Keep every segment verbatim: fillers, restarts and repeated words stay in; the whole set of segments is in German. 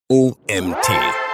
O M T.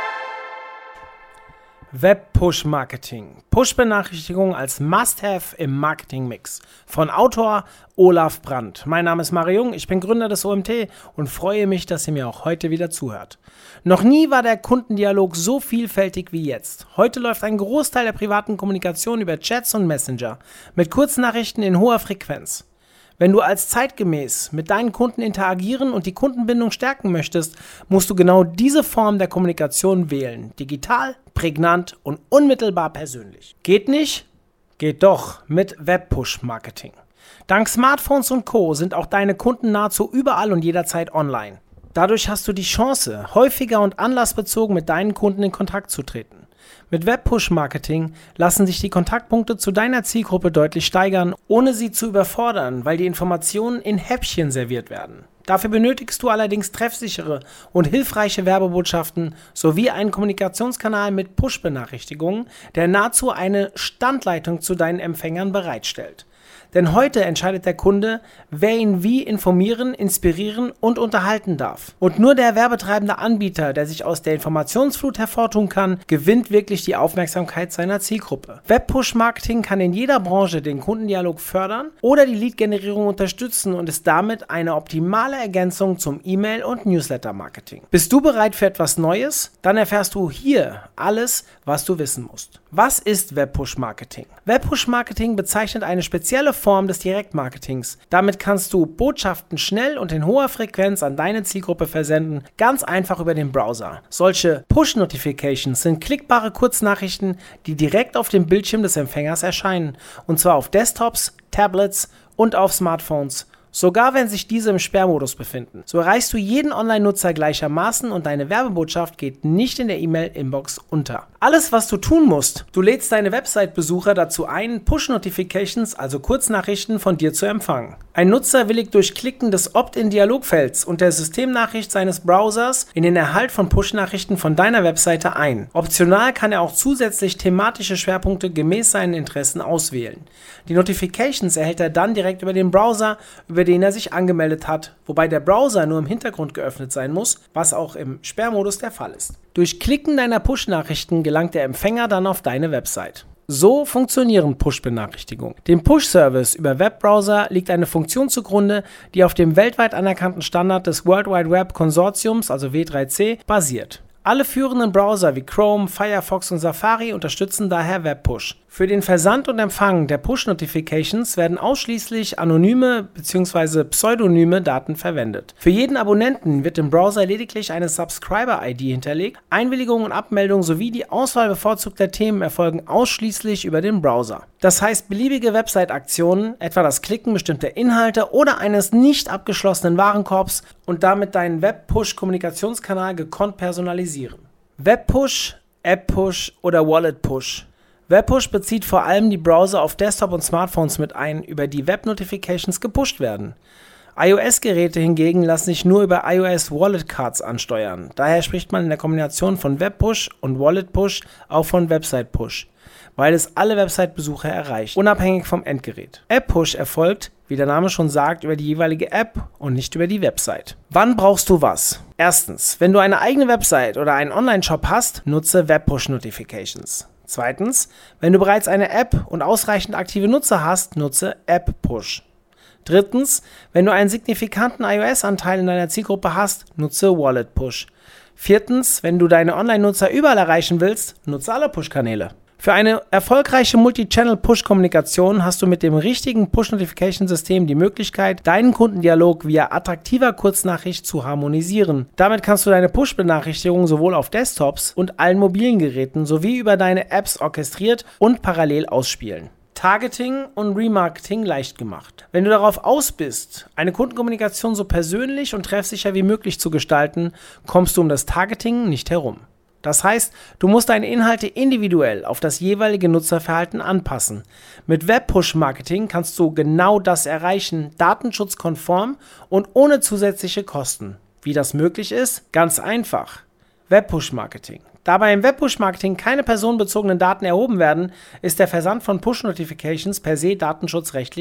Web-Push-Marketing. Push-Benachrichtigungen als Must-Have im Marketing-Mix. Von Autor Olaf Brandt. Mein Name ist Mario Jung, ich bin Gründer des O M T und freue mich, dass ihr mir auch heute wieder zuhört. Noch nie war der Kundendialog so vielfältig wie jetzt. Heute läuft ein Großteil der privaten Kommunikation über Chats und Messenger mit Kurznachrichten in hoher Frequenz. Wenn du als zeitgemäß mit deinen Kunden interagieren und die Kundenbindung stärken möchtest, musst du genau diese Form der Kommunikation wählen. Digital, prägnant und unmittelbar persönlich. Geht nicht? Geht doch mit Web-Push-Marketing. Dank Smartphones und Co. sind auch deine Kunden nahezu überall und jederzeit online. Dadurch hast du die Chance, häufiger und anlassbezogen mit deinen Kunden in Kontakt zu treten. Mit Web-Push-Marketing lassen sich die Kontaktpunkte zu deiner Zielgruppe deutlich steigern, ohne sie zu überfordern, weil die Informationen in Häppchen serviert werden. Dafür benötigst du allerdings treffsichere und hilfreiche Werbebotschaften sowie einen Kommunikationskanal mit Push-Benachrichtigungen, der nahezu eine Standleitung zu deinen Empfängern bereitstellt. Denn heute entscheidet der Kunde, wer ihn wie informieren, inspirieren und unterhalten darf. Und nur der werbetreibende Anbieter, der sich aus der Informationsflut hervortun kann, gewinnt wirklich die Aufmerksamkeit seiner Zielgruppe. Web-Push-Marketing kann in jeder Branche den Kundendialog fördern oder die Lead-Generierung unterstützen und ist damit eine optimale Ergänzung zum E-Mail- und Newsletter-Marketing. Bist du bereit für etwas Neues? Dann erfährst du hier alles, was du wissen musst. Was ist Web-Push-Marketing? Web-Push-Marketing bezeichnet eine spezielle Form des Direktmarketings. Damit kannst du Botschaften schnell und in hoher Frequenz an deine Zielgruppe versenden, ganz einfach über den Browser. Solche Push-Notifications sind klickbare Kurznachrichten, die direkt auf dem Bildschirm des Empfängers erscheinen, und zwar auf Desktops, Tablets und auf Smartphones. Sogar wenn sich diese im Sperrmodus befinden. So erreichst du jeden Online-Nutzer gleichermaßen und deine Werbebotschaft geht nicht in der E-Mail-Inbox unter. Alles, was du tun musst, du lädst deine Website-Besucher dazu ein, Push-Notifications, also Kurznachrichten, von dir zu empfangen. Ein Nutzer willigt durch Klicken des Opt-in-Dialogfelds und der Systemnachricht seines Browsers in den Erhalt von Push-Nachrichten von deiner Webseite ein. Optional kann er auch zusätzlich thematische Schwerpunkte gemäß seinen Interessen auswählen. Die Notifications erhält er dann direkt über den Browser, über den er sich angemeldet hat, wobei der Browser nur im Hintergrund geöffnet sein muss, was auch im Sperrmodus der Fall ist. Durch Klicken deiner Push-Nachrichten gelangt der Empfänger dann auf deine Website. So funktionieren Push-Benachrichtigungen. Dem Push-Service über Webbrowser liegt eine Funktion zugrunde, die auf dem weltweit anerkannten Standard des World Wide Web Konsortiums, also W drei C, basiert. Alle führenden Browser wie Chrome, Firefox und Safari unterstützen daher Webpush. Für den Versand und Empfang der Push-Notifications werden ausschließlich anonyme bzw. pseudonyme Daten verwendet. Für jeden Abonnenten wird im Browser lediglich eine Subscriber-I D hinterlegt. Einwilligung und Abmeldung sowie die Auswahl bevorzugter Themen erfolgen ausschließlich über den Browser. Das heißt, beliebige Website-Aktionen, etwa das Klicken bestimmter Inhalte oder eines nicht abgeschlossenen Warenkorbs und damit deinen Web-Push-Kommunikationskanal gekonnt personalisieren. Web-Push, App-Push oder Wallet-Push. Webpush bezieht vor allem die Browser auf Desktop und Smartphones mit ein, über die Web-Notifications gepusht werden. iOS-Geräte hingegen lassen sich nur über iOS Wallet Cards ansteuern. Daher spricht man in der Kombination von Webpush und Wallet-Push auch von Website-Push, weil es alle Website-Besucher erreicht, unabhängig vom Endgerät. App-Push erfolgt, wie der Name schon sagt, über die jeweilige App und nicht über die Website. Wann brauchst du was? Erstens, wenn du eine eigene Website oder einen Online-Shop hast, nutze Web-Push-Notifications. Zweitens, wenn du bereits eine App und ausreichend aktive Nutzer hast, nutze App-Push. Drittens, wenn du einen signifikanten iOS-Anteil in deiner Zielgruppe hast, nutze Wallet-Push. Viertens, wenn du deine Online-Nutzer überall erreichen willst, nutze alle Push-Kanäle. Für eine erfolgreiche Multi-Channel-Push-Kommunikation hast du mit dem richtigen Push-Notification-System die Möglichkeit, deinen Kundendialog via attraktiver Kurznachricht zu harmonisieren. Damit kannst du deine Push-Benachrichtigungen sowohl auf Desktops und allen mobilen Geräten sowie über deine Apps orchestriert und parallel ausspielen. Targeting und Remarketing leicht gemacht. Wenn du darauf aus bist, eine Kundenkommunikation so persönlich und treffsicher wie möglich zu gestalten, kommst du um das Targeting nicht herum. Das heißt, du musst deine Inhalte individuell auf das jeweilige Nutzerverhalten anpassen. Mit Web-Push-Marketing kannst du genau das erreichen, datenschutzkonform und ohne zusätzliche Kosten. Wie das möglich ist? Ganz einfach. Web-Push-Marketing. Da beim Web-Push-Marketing keine personenbezogenen Daten erhoben werden, ist der Versand von Push-Notifications per se datenschutzrechtlich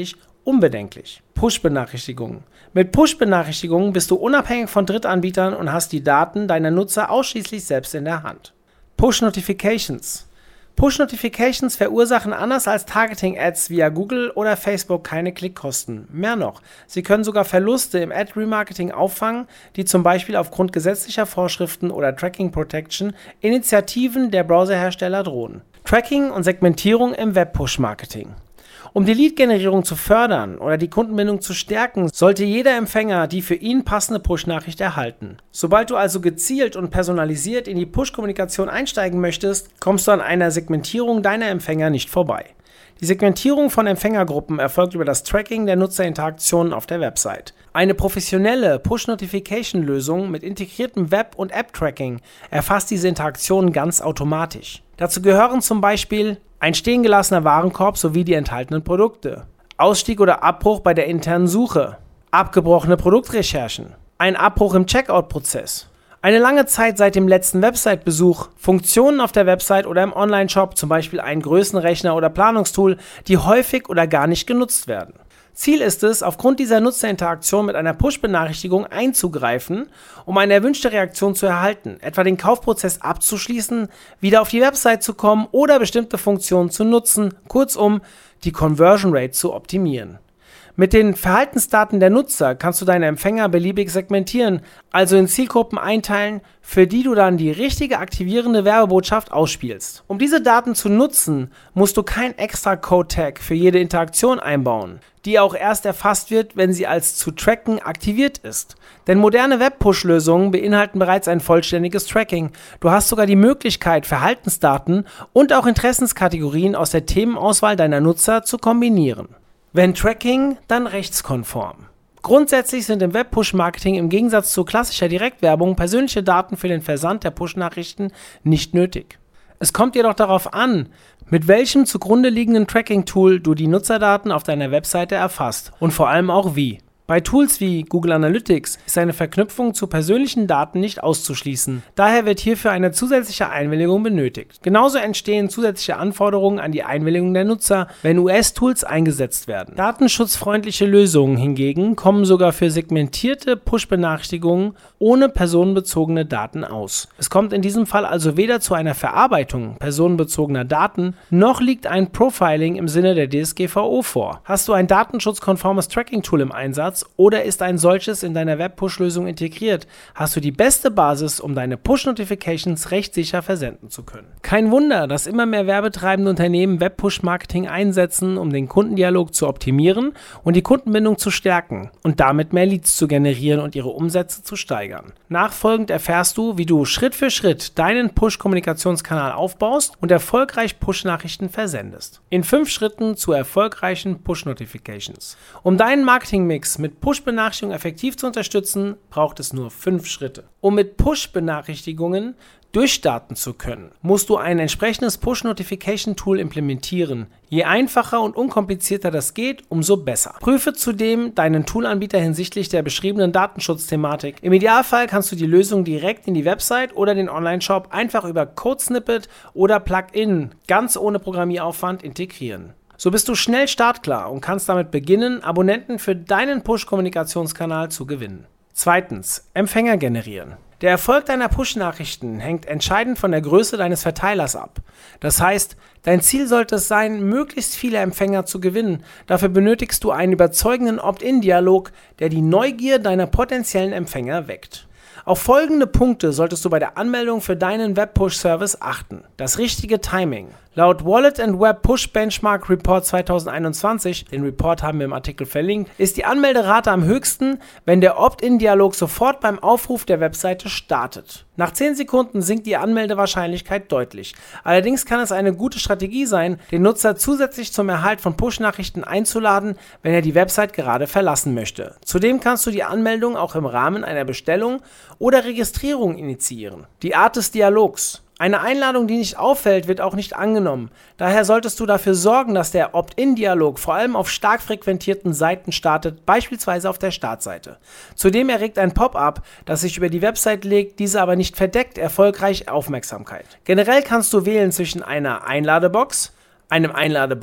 unbedenklich. Push-Benachrichtigungen. Mit Push-Benachrichtigungen bist du unabhängig von Drittanbietern und hast die Daten deiner Nutzer ausschließlich selbst in der Hand. Push-Notifications. Push-Notifications verursachen anders als Targeting-Ads via Google oder Facebook keine Klickkosten. Mehr noch, sie können sogar Verluste im Ad-Remarketing auffangen, die zum Beispiel aufgrund gesetzlicher Vorschriften oder Tracking Protection Initiativen der Browserhersteller drohen. Tracking und Segmentierung im Web-Push-Marketing. Um die Lead-Generierung zu fördern oder die Kundenbindung zu stärken, sollte jeder Empfänger die für ihn passende Push-Nachricht erhalten. Sobald du also gezielt und personalisiert in die Push-Kommunikation einsteigen möchtest, kommst du an einer Segmentierung deiner Empfänger nicht vorbei. Die Segmentierung von Empfängergruppen erfolgt über das Tracking der Nutzerinteraktionen auf der Website. Eine professionelle Push-Notification-Lösung mit integriertem Web- und App-Tracking erfasst diese Interaktionen ganz automatisch. Dazu gehören zum Beispiel ein stehen gelassener Warenkorb sowie die enthaltenen Produkte, Ausstieg oder Abbruch bei der internen Suche, abgebrochene Produktrecherchen, ein Abbruch im Checkout-Prozess, eine lange Zeit seit dem letzten Website-Besuch, Funktionen auf der Website oder im Online-Shop, zum Beispiel ein Größenrechner oder Planungstool, die häufig oder gar nicht genutzt werden. Ziel ist es, aufgrund dieser Nutzerinteraktion mit einer Push-Benachrichtigung einzugreifen, um eine erwünschte Reaktion zu erhalten, etwa den Kaufprozess abzuschließen, wieder auf die Website zu kommen oder bestimmte Funktionen zu nutzen, kurzum die Conversion Rate zu optimieren. Mit den Verhaltensdaten der Nutzer kannst du deine Empfänger beliebig segmentieren, also in Zielgruppen einteilen, für die du dann die richtige aktivierende Werbebotschaft ausspielst. Um diese Daten zu nutzen, musst du kein extra Code-Tag für jede Interaktion einbauen, die auch erst erfasst wird, wenn sie als zu tracken aktiviert ist. Denn moderne Web-Push-Lösungen beinhalten bereits ein vollständiges Tracking. Du hast sogar die Möglichkeit, Verhaltensdaten und auch Interessenskategorien aus der Themenauswahl deiner Nutzer zu kombinieren. Wenn Tracking, dann rechtskonform. Grundsätzlich sind im Web-Push-Marketing im Gegensatz zu klassischer Direktwerbung persönliche Daten für den Versand der Push-Nachrichten nicht nötig. Es kommt jedoch darauf an, mit welchem zugrunde liegenden Tracking-Tool du die Nutzerdaten auf deiner Webseite erfasst und vor allem auch wie. Bei Tools wie Google Analytics ist eine Verknüpfung zu persönlichen Daten nicht auszuschließen. Daher wird hierfür eine zusätzliche Einwilligung benötigt. Genauso entstehen zusätzliche Anforderungen an die Einwilligung der Nutzer, wenn U S-Tools eingesetzt werden. Datenschutzfreundliche Lösungen hingegen kommen sogar für segmentierte Push-Benachrichtigungen ohne personenbezogene Daten aus. Es kommt in diesem Fall also weder zu einer Verarbeitung personenbezogener Daten, noch liegt ein Profiling im Sinne der D S G V O vor. Hast du ein datenschutzkonformes Tracking-Tool im Einsatz oder ist ein solches in deiner Web-Push-Lösung integriert, hast du die beste Basis, um deine Push-Notifications rechtssicher versenden zu können. Kein Wunder, dass immer mehr werbetreibende Unternehmen Web-Push-Marketing einsetzen, um den Kundendialog zu optimieren und die Kundenbindung zu stärken und damit mehr Leads zu generieren und ihre Umsätze zu steigern. Nachfolgend erfährst du, wie du Schritt für Schritt deinen Push-Kommunikationskanal aufbaust und erfolgreich Push-Nachrichten versendest. In fünf Schritten zu erfolgreichen Push-Notifications. Um deinen Marketing-Mix mit Push-Benachrichtigungen effektiv zu unterstützen, braucht es nur fünf Schritte. Um mit Push-Benachrichtigungen durchstarten zu können, musst du ein entsprechendes Push-Notification-Tool implementieren. Je einfacher und unkomplizierter das geht, umso besser. Prüfe zudem deinen Toolanbieter hinsichtlich der beschriebenen Datenschutzthematik. Im Idealfall kannst du die Lösung direkt in die Website oder den Online-Shop einfach über Code-Snippet oder Plugin ganz ohne Programmieraufwand integrieren. So bist du schnell startklar und kannst damit beginnen, Abonnenten für deinen Push-Kommunikationskanal zu gewinnen. Zweitens, Empfänger generieren. Der Erfolg deiner Push-Nachrichten hängt entscheidend von der Größe deines Verteilers ab. Das heißt, dein Ziel sollte es sein, möglichst viele Empfänger zu gewinnen. Dafür benötigst du einen überzeugenden Opt-in-Dialog, der die Neugier deiner potenziellen Empfänger weckt. Auf folgende Punkte solltest du bei der Anmeldung für deinen Web-Push-Service achten. Das richtige Timing. Laut Wallet and Web Push Benchmark Report zwanzig einundzwanzig, den Report haben wir im Artikel verlinkt, ist die Anmelderate am höchsten, wenn der Opt-in-Dialog sofort beim Aufruf der Webseite startet. Nach zehn Sekunden sinkt die Anmeldewahrscheinlichkeit deutlich. Allerdings kann es eine gute Strategie sein, den Nutzer zusätzlich zum Erhalt von Push-Nachrichten einzuladen, wenn er die Website gerade verlassen möchte. Zudem kannst du die Anmeldung auch im Rahmen einer Bestellung oder Registrierung initiieren. Die Art des Dialogs. Eine Einladung, die nicht auffällt, wird auch nicht angenommen. Daher solltest du dafür sorgen, dass der Opt-in-Dialog vor allem auf stark frequentierten Seiten startet, beispielsweise auf der Startseite. Zudem erregt ein Pop-up, das sich über die Website legt, diese aber nicht verdeckt, erfolgreich Aufmerksamkeit. Generell kannst du wählen zwischen einer Einladebox, einem Einladebanner,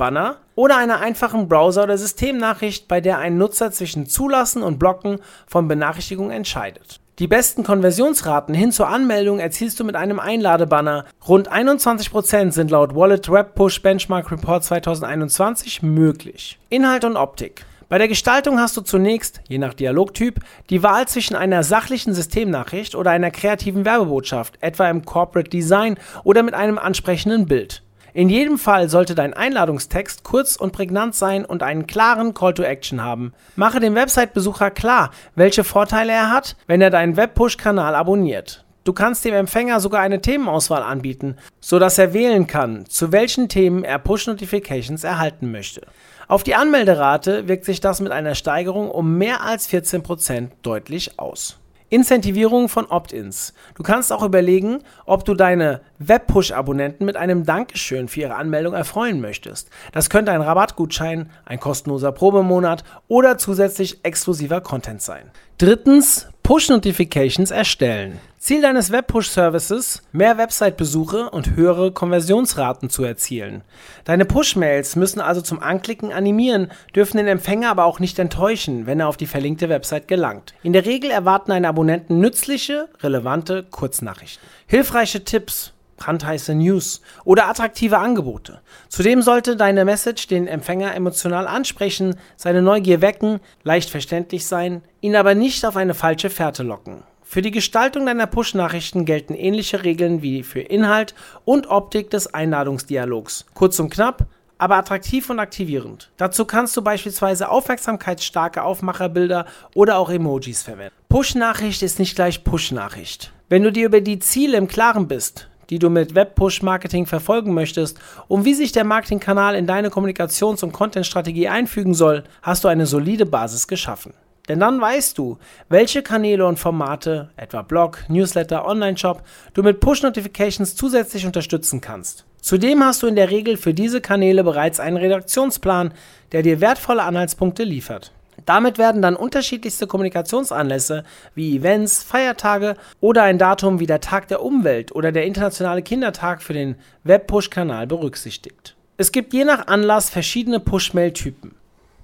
oder einer einfachen Browser- oder Systemnachricht, bei der ein Nutzer zwischen Zulassen und Blocken von Benachrichtigungen entscheidet. Die besten Konversionsraten hin zur Anmeldung erzielst du mit einem Einladebanner. Rund einundzwanzig Prozent sind laut Wallet Web Push Benchmark Report zwanzig einundzwanzig möglich. Inhalt und Optik. Bei der Gestaltung hast du zunächst, je nach Dialogtyp, die Wahl zwischen einer sachlichen Systemnachricht oder einer kreativen Werbebotschaft, etwa im Corporate Design oder mit einem ansprechenden Bild. In jedem Fall sollte dein Einladungstext kurz und prägnant sein und einen klaren Call to Action haben. Mache dem Website-Besucher klar, welche Vorteile er hat, wenn er deinen Webpush-Kanal abonniert. Du kannst dem Empfänger sogar eine Themenauswahl anbieten, sodass er wählen kann, zu welchen Themen er Push-Notifications erhalten möchte. Auf die Anmelderate wirkt sich das mit einer Steigerung um mehr als vierzehn Prozent deutlich aus. Incentivierung von Opt-ins. Du kannst auch überlegen, ob du deine Webpush-Abonnenten mit einem Dankeschön für ihre Anmeldung erfreuen möchtest. Das könnte ein Rabattgutschein, ein kostenloser Probemonat oder zusätzlich exklusiver Content sein. Drittens, Push-Notifications erstellen. Ziel deines Webpush-Services, mehr Website-Besuche und höhere Konversionsraten zu erzielen. Deine Push-Mails müssen also zum Anklicken animieren, dürfen den Empfänger aber auch nicht enttäuschen, wenn er auf die verlinkte Website gelangt. In der Regel erwarten deine Abonnenten nützliche, relevante Kurznachrichten. Hilfreiche Tipps, brandheiße News oder attraktive Angebote. Zudem sollte deine Message den Empfänger emotional ansprechen, seine Neugier wecken, leicht verständlich sein, ihn aber nicht auf eine falsche Fährte locken. Für die Gestaltung deiner Push-Nachrichten gelten ähnliche Regeln wie für Inhalt und Optik des Einladungsdialogs. Kurz und knapp, aber attraktiv und aktivierend. Dazu kannst du beispielsweise aufmerksamkeitsstarke Aufmacherbilder oder auch Emojis verwenden. Push-Nachricht ist nicht gleich Push-Nachricht. Wenn du dir über die Ziele im Klaren bist, die du mit Web-Push-Marketing verfolgen möchtest und wie sich der Marketingkanal in deine Kommunikations- und Content-Strategie einfügen soll, hast du eine solide Basis geschaffen. Denn dann weißt du, welche Kanäle und Formate, etwa Blog, Newsletter, Online-Shop, du mit Push-Notifications zusätzlich unterstützen kannst. Zudem hast du in der Regel für diese Kanäle bereits einen Redaktionsplan, der dir wertvolle Anhaltspunkte liefert. Damit werden dann unterschiedlichste Kommunikationsanlässe wie Events, Feiertage oder ein Datum wie der Tag der Umwelt oder der internationale Kindertag für den Web-Push-Kanal berücksichtigt. Es gibt je nach Anlass verschiedene Push-Mail-Typen.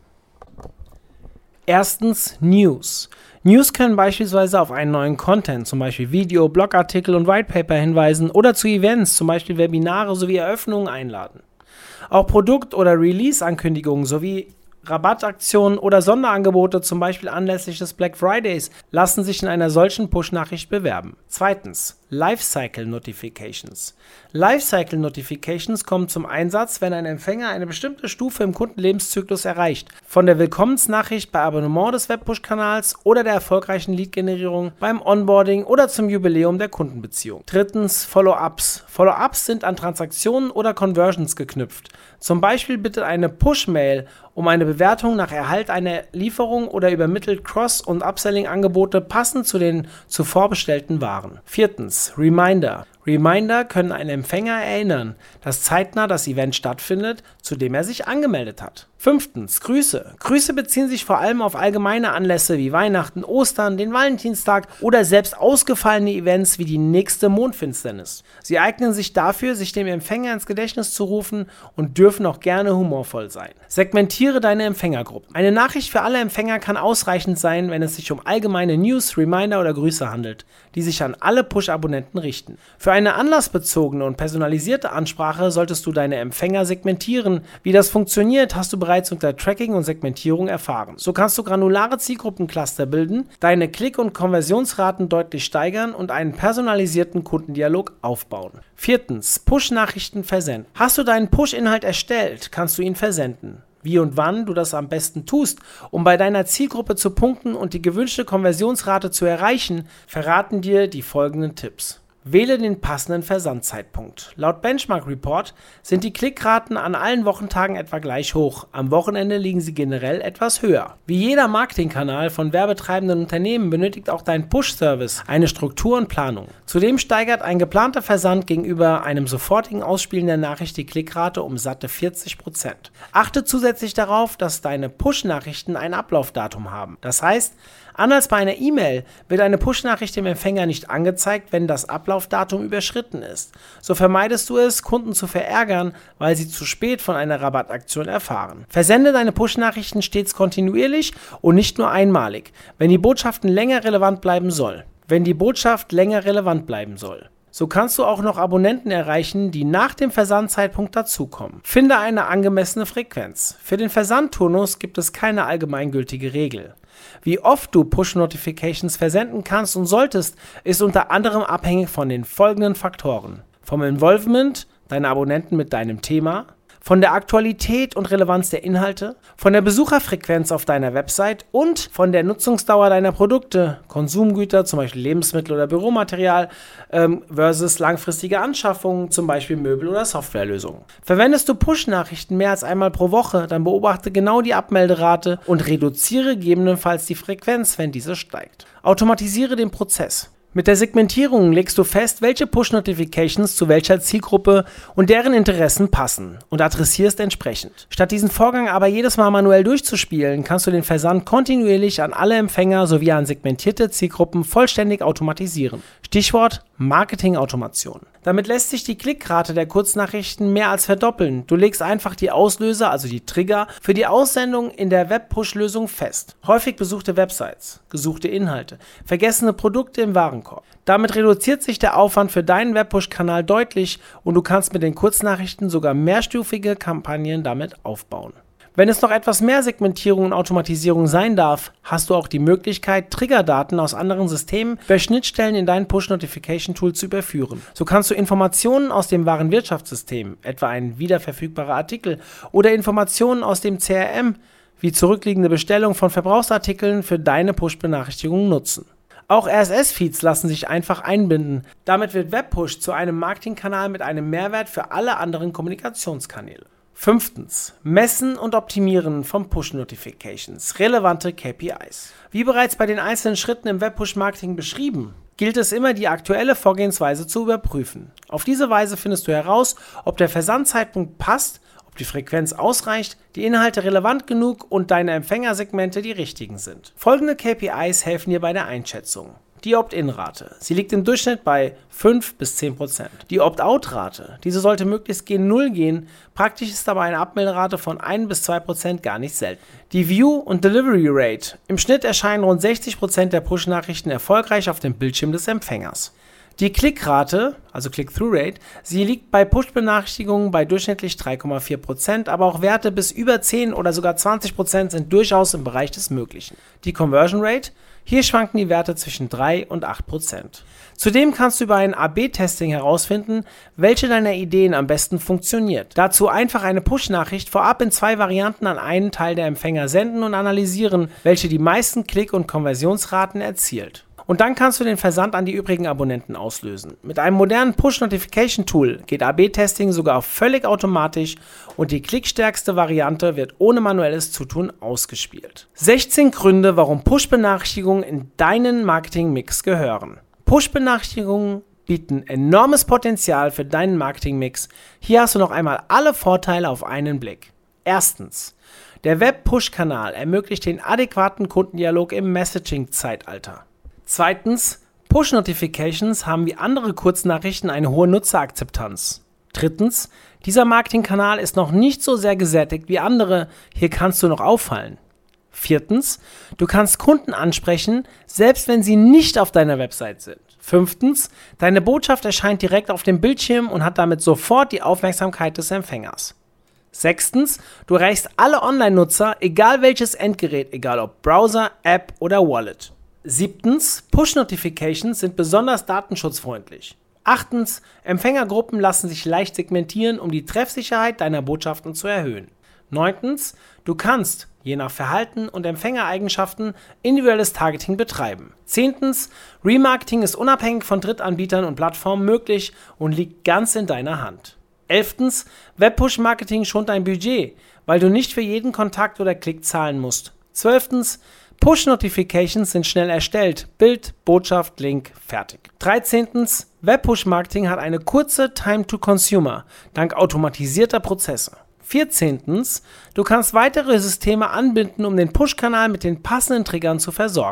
Erstens News. News können beispielsweise auf einen neuen Content, zum Beispiel Video, Blogartikel und Whitepaper hinweisen oder zu Events, zum Beispiel Webinare sowie Eröffnungen einladen. Auch Produkt- oder Release-Ankündigungen sowie Rabattaktionen oder Sonderangebote, zum Beispiel anlässlich des Black Fridays, lassen sich in einer solchen Push-Nachricht bewerben. Zweitens, Lifecycle Notifications. Lifecycle Notifications kommen zum Einsatz, wenn ein Empfänger eine bestimmte Stufe im Kundenlebenszyklus erreicht, von der Willkommensnachricht bei Abonnement des Webpush-Kanals oder der erfolgreichen Lead-Generierung beim Onboarding oder zum Jubiläum der Kundenbeziehung. Drittens, Follow-ups. Follow-ups sind an Transaktionen oder Conversions geknüpft. Zum Beispiel bittet eine Push-Mail um eine Bewertung nach Erhalt einer Lieferung oder übermittelt Cross- und Upselling-Angebote passend zu den zuvor bestellten Waren. Viertens, Reminder. Reminder können einen Empfänger erinnern, dass zeitnah das Event stattfindet, zu dem er sich angemeldet hat. Fünftens, Grüße. Grüße beziehen sich vor allem auf allgemeine Anlässe wie Weihnachten, Ostern, den Valentinstag oder selbst ausgefallene Events wie die nächste Mondfinsternis. Sie eignen sich dafür, sich dem Empfänger ins Gedächtnis zu rufen und dürfen auch gerne humorvoll sein. Segmentiere deine Empfängergruppen. Eine Nachricht für alle Empfänger kann ausreichend sein, wenn es sich um allgemeine News, Reminder oder Grüße handelt, die sich an alle Push-Abonnenten richten. Für eine anlassbezogene und personalisierte Ansprache solltest du deine Empfänger segmentieren. Wie das funktioniert, hast du bereits unter Tracking und Segmentierung erfahren. So kannst du granulare Zielgruppencluster bilden, deine Klick- und Konversionsraten deutlich steigern und einen personalisierten Kundendialog aufbauen. Viertens, Push-Nachrichten versenden. Hast du deinen Push-Inhalt erstellt, kannst du ihn versenden. Wie und wann du das am besten tust, um bei deiner Zielgruppe zu punkten und die gewünschte Konversionsrate zu erreichen, verraten dir die folgenden Tipps. Wähle den passenden Versandzeitpunkt. Laut Benchmark Report sind die Klickraten an allen Wochentagen etwa gleich hoch. Am Wochenende liegen sie generell etwas höher. Wie jeder Marketingkanal von werbetreibenden Unternehmen benötigt auch dein Push-Service eine Struktur und Planung. Zudem steigert ein geplanter Versand gegenüber einem sofortigen Ausspielen der Nachricht die Klickrate um satte vierzig Prozent. Achte zusätzlich darauf, dass deine Push-Nachrichten ein Ablaufdatum haben. Das heißt, Anders bei einer E-Mail wird eine Push-Nachricht dem Empfänger nicht angezeigt, wenn das Ablaufdatum überschritten ist. So vermeidest du es, Kunden zu verärgern, weil sie zu spät von einer Rabattaktion erfahren. Versende deine Push-Nachrichten stets kontinuierlich und nicht nur einmalig, wenn die Botschaften länger relevant bleiben soll. Wenn die Botschaft länger relevant bleiben soll. So kannst du auch noch Abonnenten erreichen, die nach dem Versandzeitpunkt dazukommen. Finde eine angemessene Frequenz. Für den Versandturnus gibt es keine allgemeingültige Regel. Wie oft du Push-Notifications versenden kannst und solltest, ist unter anderem abhängig von den folgenden Faktoren: vom Involvement deiner Abonnenten mit deinem Thema, von der Aktualität und Relevanz der Inhalte, von der Besucherfrequenz auf deiner Website und von der Nutzungsdauer deiner Produkte, Konsumgüter, zum Beispiel Lebensmittel oder Büromaterial, ähm, versus langfristige Anschaffungen, zum Beispiel Möbel- oder Softwarelösungen. Verwendest du Push-Nachrichten mehr als einmal pro Woche, dann beobachte genau die Abmelderate und reduziere gegebenenfalls die Frequenz, wenn diese steigt. Automatisiere den Prozess. Mit der Segmentierung legst du fest, welche Push-Notifications zu welcher Zielgruppe und deren Interessen passen und adressierst entsprechend. Statt diesen Vorgang aber jedes Mal manuell durchzuspielen, kannst du den Versand kontinuierlich an alle Empfänger sowie an segmentierte Zielgruppen vollständig automatisieren. Stichwort Marketing-Automation. Damit lässt sich die Klickrate der Kurznachrichten mehr als verdoppeln. Du legst einfach die Auslöser, also die Trigger, für die Aussendung in der Web-Push-Lösung fest. Häufig besuchte Websites, gesuchte Inhalte, vergessene Produkte im Warenkorb. Damit reduziert sich der Aufwand für deinen Web-Push-Kanal deutlich und du kannst mit den Kurznachrichten sogar mehrstufige Kampagnen damit aufbauen. Wenn es noch etwas mehr Segmentierung und Automatisierung sein darf, hast du auch die Möglichkeit, Triggerdaten aus anderen Systemen über Schnittstellen in dein Push-Notification-Tool zu überführen. So kannst du Informationen aus dem Warenwirtschaftssystem, etwa ein wiederverfügbarer Artikel, oder Informationen aus dem C R M, wie zurückliegende Bestellung von Verbrauchsartikeln, für deine Push-Benachrichtigungen nutzen. Auch R S S-Feeds lassen sich einfach einbinden. Damit wird Webpush zu einem Marketingkanal mit einem Mehrwert für alle anderen Kommunikationskanäle. Fünftens. Messen und Optimieren von Push-Notifications. Relevante K P Is. Wie bereits bei den einzelnen Schritten im Web-Push-Marketing beschrieben, gilt es immer, die aktuelle Vorgehensweise zu überprüfen. Auf diese Weise findest du heraus, ob der Versandzeitpunkt passt, ob die Frequenz ausreicht, die Inhalte relevant genug und deine Empfängersegmente die richtigen sind. Folgende K P Is helfen dir bei der Einschätzung. Die Opt-in-Rate. Sie liegt im Durchschnitt bei fünf bis zehn Prozent. Die Opt-out-Rate. Diese sollte möglichst gen Null gehen. Praktisch ist dabei eine Abmelderate von ein bis zwei Prozent gar nicht selten. Die View- und Delivery-Rate. Im Schnitt erscheinen rund sechzig Prozent der Push-Nachrichten erfolgreich auf dem Bildschirm des Empfängers. Die Klickrate, also Click-Through-Rate, sie liegt bei Push-Benachrichtigungen bei durchschnittlich drei Komma vier Prozent, aber auch Werte bis über zehn oder sogar zwanzig Prozent sind durchaus im Bereich des Möglichen. Die Conversion Rate, hier schwanken die Werte zwischen drei und acht Prozent. Zudem kannst du über ein A B Testing herausfinden, welche deiner Ideen am besten funktioniert. Dazu einfach eine Push-Nachricht vorab in zwei Varianten an einen Teil der Empfänger senden und analysieren, welche die meisten Klick- und Konversionsraten erzielt. Und dann kannst du den Versand an die übrigen Abonnenten auslösen. Mit einem modernen Push-Notification-Tool geht A B Testing sogar völlig automatisch und die klickstärkste Variante wird ohne manuelles Zutun ausgespielt. sechzehn Gründe, warum Push-Benachrichtigungen in deinen Marketing-Mix gehören. Push-Benachrichtigungen bieten enormes Potenzial für deinen Marketing-Mix. Hier hast du noch einmal alle Vorteile auf einen Blick. Erstens. Der Web-Push-Kanal ermöglicht den adäquaten Kundendialog im Messaging-Zeitalter. Zweitens, Push-Notifications haben wie andere Kurznachrichten eine hohe Nutzerakzeptanz. Drittens, dieser Marketingkanal ist noch nicht so sehr gesättigt wie andere, hier kannst du noch auffallen. Viertens, du kannst Kunden ansprechen, selbst wenn sie nicht auf deiner Website sind. Fünftens, deine Botschaft erscheint direkt auf dem Bildschirm und hat damit sofort die Aufmerksamkeit des Empfängers. Sechstens, du erreichst alle Online-Nutzer, egal welches Endgerät, egal ob Browser, App oder Wallet. Siebtens, Push-Notifications sind besonders datenschutzfreundlich. Achtens, Empfängergruppen lassen sich leicht segmentieren, um die Treffsicherheit deiner Botschaften zu erhöhen. Neuntens, du kannst, je nach Verhalten und Empfängereigenschaften, individuelles Targeting betreiben. Zehntens, Remarketing ist unabhängig von Drittanbietern und Plattformen möglich und liegt ganz in deiner Hand. Elftens, Web-Push-Marketing schont dein Budget, weil du nicht für jeden Kontakt oder Klick zahlen musst. Zwölftens, Push-Notifications sind schnell erstellt. Bild, Botschaft, Link, fertig. dreizehntens. Web-Push-Marketing hat eine kurze Time to Consumer, dank automatisierter Prozesse. vierzehntens. Du kannst weitere Systeme anbinden, um den Push-Kanal mit den passenden Triggern zu versorgen.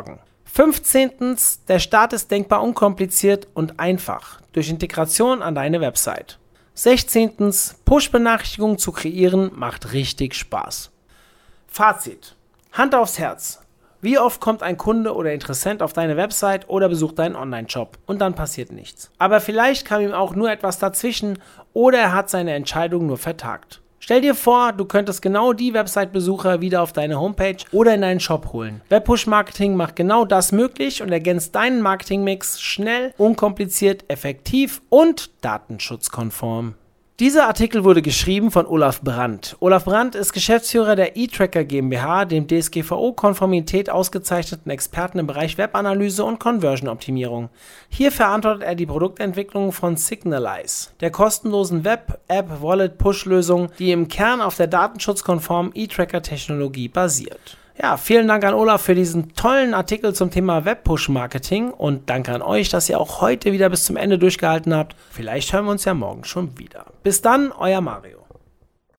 fünfzehntens. Der Start ist denkbar unkompliziert und einfach durch Integration an deine Website. sechzehntens. Push-Benachrichtigungen zu kreieren macht richtig Spaß. Fazit. Hand aufs Herz. Wie oft kommt ein Kunde oder Interessent auf deine Website oder besucht deinen Online-Shop und dann passiert nichts. Aber vielleicht kam ihm auch nur etwas dazwischen oder er hat seine Entscheidung nur vertagt. Stell dir vor, du könntest genau die Website-Besucher wieder auf deine Homepage oder in deinen Shop holen. Webpush-Marketing macht genau das möglich und ergänzt deinen Marketing-Mix schnell, unkompliziert, effektiv und datenschutzkonform. Dieser Artikel wurde geschrieben von Olaf Brandt. Olaf Brandt ist Geschäftsführer der eTracker GmbH, dem D S G V O-Konformität ausgezeichneten Experten im Bereich Webanalyse und Conversion-Optimierung. Hier verantwortet er die Produktentwicklung von Signalize, der kostenlosen Web-App-Wallet-Push-Lösung, die im Kern auf der datenschutzkonformen eTracker-Technologie basiert. Ja, vielen Dank an Olaf für diesen tollen Artikel zum Thema Webpush-Marketing und danke an euch, dass ihr auch heute wieder bis zum Ende durchgehalten habt. Vielleicht hören wir uns ja morgen schon wieder. Bis dann, euer Mario.